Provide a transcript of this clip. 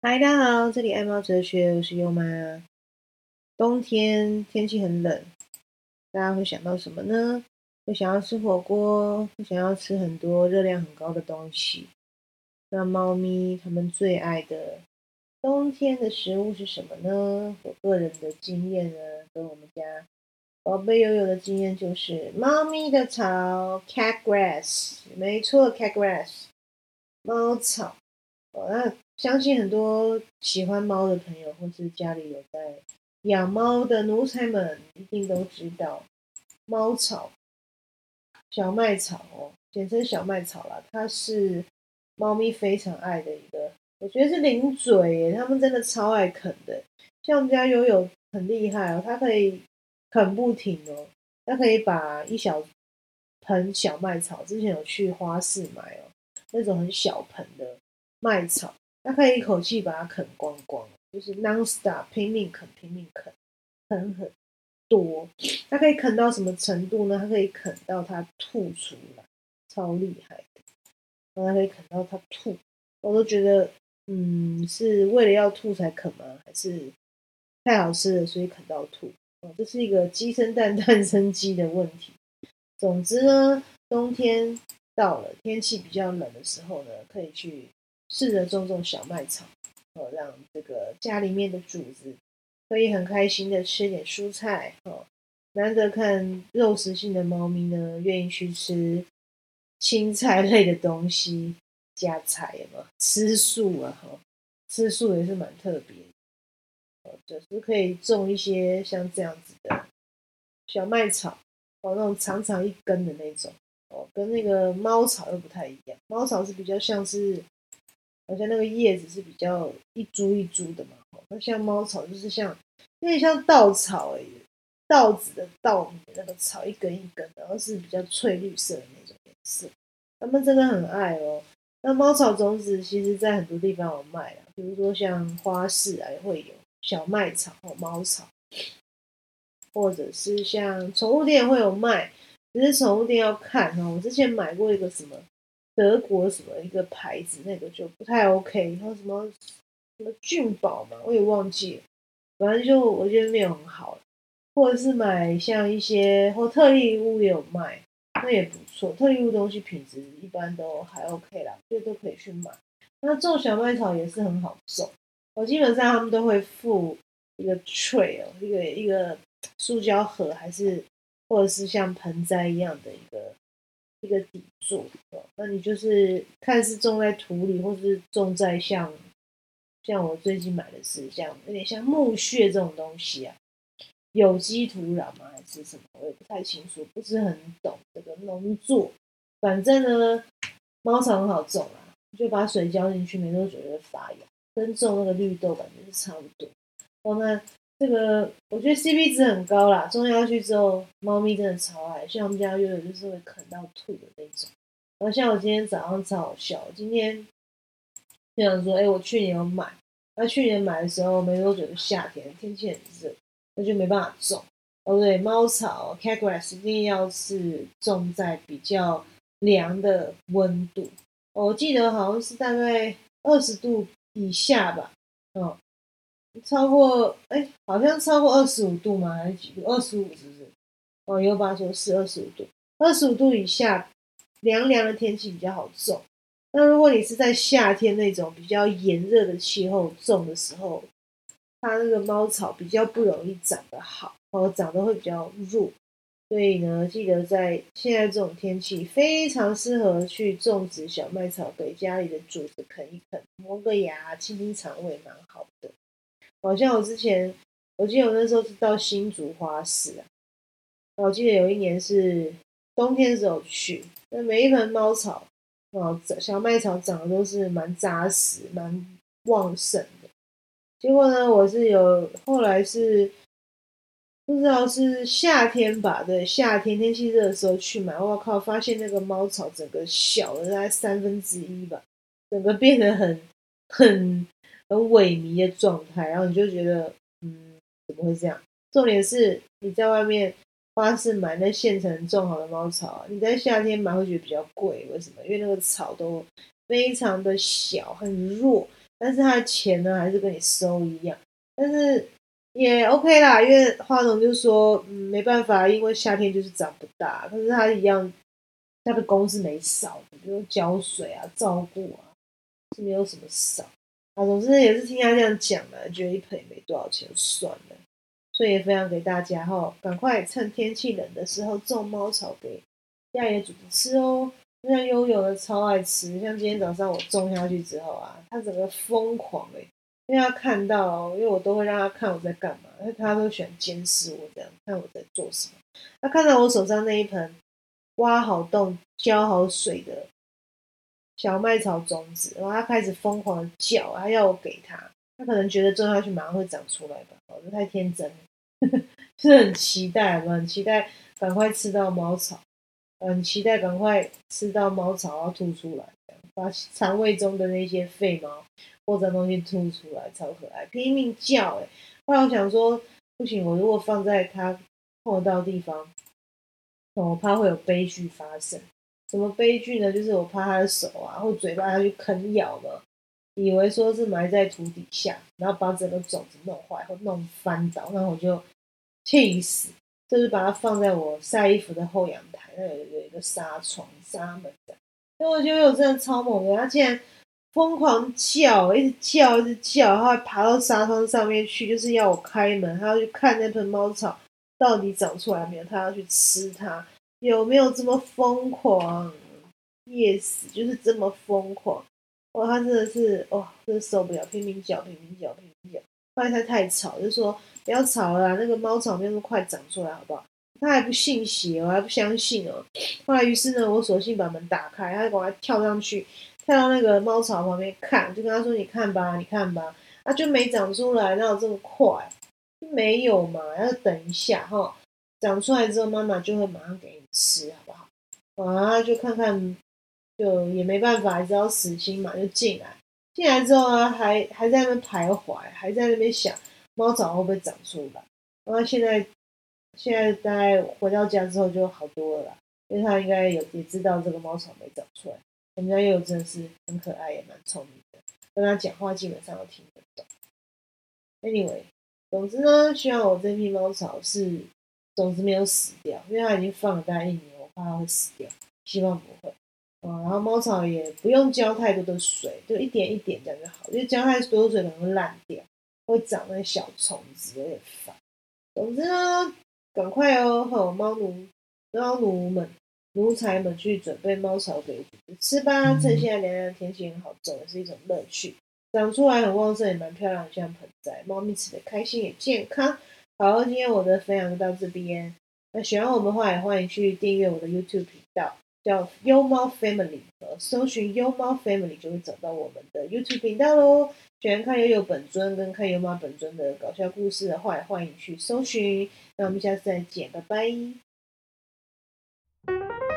嗨，大家好，这里爱猫哲学，我是优妈。冬天天气很冷，大家会想到什么呢？会想要吃火锅，会想要吃很多热量很高的东西。那猫咪它们最爱的冬天的食物是什么呢？我个人的经验呢，跟我们家宝贝悠悠的经验就是猫咪的草 （cat grass），没错，cat grass，猫草。那相信很多喜欢猫的朋友，或是家里有在养猫的奴才们，一定都知道猫草、小麦草哦，简称小麦草啦。它是猫咪非常爱的一个，我觉得是零嘴耶，它们真的超爱啃的。像我们家悠悠很厉害哦，它可以啃不停哦，它可以把一小盆小麦草，之前有去花市买哦，那种很小盆的麦草，它可以一口气把它啃光光，就是 non stop 拼命啃，拼命啃，啃很多。它可以啃到什么程度呢？它可以啃到它吐出来，超厉害的。然后它可以啃到它吐，我都觉得，是为了要吐才啃吗？还是太好吃了，所以啃到吐？哦，这是一个鸡生蛋，蛋生鸡的问题。总之呢，冬天到了，天气比较冷的时候呢，可以去试着种种小麦草，让这个家里面的主子可以很开心的吃点蔬菜哦。难得看肉食性的猫咪呢，愿意去吃青菜类的东西，加菜嘛，吃素啊，吃素也是蛮特别的，就是可以种一些像这样子的小麦草，那种长长一根的那种，跟那个猫草又不太一样，猫草是比较像是，好像那个叶子是比较一株一株的嘛，那像猫草就是像有点像稻草而已，稻子的稻米的那个草一根一根的，然后是比较翠绿色的那种颜色，它们真的很爱哦。那猫草种子其实在很多地方有卖啊，比如说像花市啊也会有小麦草或猫草，或者是像宠物店会有卖，只是宠物店要看哦。我之前买过一个什么德国什么一个牌子，那个就不太 OK，然后什么菌宝嘛，我也忘记了，反正就我觉得没有很好。或者是买像一些或特利屋也有卖，那也不错。特利屋东西品质一般都还 OK 啦，所以都可以去买。那种小麦草也是很好种，我基本上他们都会附一个 tray 哦，一个塑胶盒，还是或者是像盆栽一样的一个底座哦。那你就是看是种在土里，或是种在像我最近买的是这样，有点像木屑这种东西啊。有机土壤吗？还是什么？我也不太清楚，不是很懂这个农作。反正呢，猫草很好种啊，就把水浇进去，没多久就会发芽，跟种那个绿豆感觉是差不多。哦，那这个我觉得 CP 值很高啦，种下去之后，猫咪真的超爱，像我们家悠悠就是会啃到吐的那种。然后像我今天早上超好笑，今天就想说，我去年有买，那去年买的时候没多久就夏天，天气很热，那就没办法种。哦，对，猫草 cat grass 一定要是种在比较凉的温度，我记得好像是大概20度以下吧。哦，超过好像超过25度吗？还是几度？25是不是？哦，有把说是25度，25度以下凉凉的天气比较好种。那如果你是在夏天那种比较炎热的气候种的时候，它那个猫草比较不容易长得好，长得会比较弱。所以呢，记得在现在这种天气，非常适合去种植小麦草，给家里的主子啃一啃，磨个牙，清清肠胃，蛮好的。好像我之前，我记得我那时候是到新竹花市啊，我记得有一年是冬天的时候去，那每一盆猫草，小麦草长得都是蛮扎实、蛮旺盛的。结果呢，我是后来是不知道是夏天吧，对，夏天天气热的时候去买，我靠，发现那个猫草整个小了大概1/3吧，整个变得很很萎靡的状态，然后你就觉得，怎么会这样？重点是你在外面花市买那现成种好的猫草啊，你在夏天买会觉得比较贵，为什么？因为那个草都非常的小，很弱， 但是它的钱呢还是跟你收一样，但是也 OK 啦，因为花农就说，没办法，因为夏天就是长不大，可是它一样，它的工是没少的，比如浇水啊、照顾啊，是没有什么少。啊，总之也是听他这样讲的，觉得一盆也没多少钱，算了。所以也分享给大家哈，赶快趁天气冷的时候种猫草给家里的主子吃哦。就像悠悠的超爱吃，像今天早上我种下去之后啊，它整个疯狂因为他看到，因为我都会让他看我在干嘛，因为他都喜欢监视我这样，看我在做什么。他看到我手上那一盆挖好洞、浇好水的小麦草种子，然后他开始疯狂的叫，他要我给他。他可能觉得种下去马上会长出来吧，我这太天真了。就是很期待，很期待赶快吃到猫草，很期待赶快吃到猫草，然后吐出来，把肠胃中的那些废毛或者东西吐出来，超可爱，拼命叫后来我想说，不行，我如果放在它碰得到的地方，我怕会有悲剧发生。什么悲剧呢？就是我怕它的手啊或嘴巴它去啃咬了，以为说是埋在土底下，然后把整个种子弄坏或弄翻倒，那我就气死。就是把它放在我晒衣服的后阳台，那有一个纱窗纱门的，因为我觉得我真的超猛的，它竟然疯狂叫，一直叫一直叫，它还爬到纱窗上面去，就是要我开门，它要去看那盆猫草到底长出来没有，它要去吃它，有没有这么疯狂？Yes，就是这么疯狂。哇，他真的是哇，真的受不了，拼命叫，拼命叫，拼命叫。后来他太吵，就说不要吵了啦，那个猫草没有那么快长出来，好不好？他还不信邪，我还不相信哦。后来于是呢，我索性把门打开，他就赶快跳上去，跳到那个猫草旁边看，就跟他说：“你看吧，你看吧。”啊，就没长出来，哪有这么快？没有嘛，要等一下哈。长出来之后，妈妈就会马上给你吃，好不好？啊，就看看，就也没办法，只要死心嘛，就进来。进来之后呢，还在那边徘徊，还在那边想猫草会不会长出来。然后现在大概回到家之后就好多了啦，因为他应该也知道这个猫草没长出来。我们家柚柚真的是很可爱，也蛮聪明的，跟他讲话基本上都听得懂。Anyway，总之呢，希望我这批猫草是种子没有死掉，因为它已经放了大概1年，我怕它会死掉，希望不会。然后猫草也不用浇太多的水，就一点一点这样就好，因为浇太多水可能会烂掉，会长那小虫子，有点烦。总之呢，赶快哦，和猫奴们、奴才们去准备猫草给吃吧，趁现在凉凉天气很好，种也是一种乐趣。长出来很旺盛，也蛮漂亮，像盆栽。猫咪吃的开心也健康。好，今天我的分享就到这边。那喜欢我们的话，也欢迎去订阅我的 YouTube 频道，叫优猫 Family，搜寻优猫 Family 就会找到我们的 YouTube 频道喽。喜欢看悠悠本尊跟看优猫本尊的搞笑故事的话，也欢迎去搜寻。那我们下次再见，拜拜。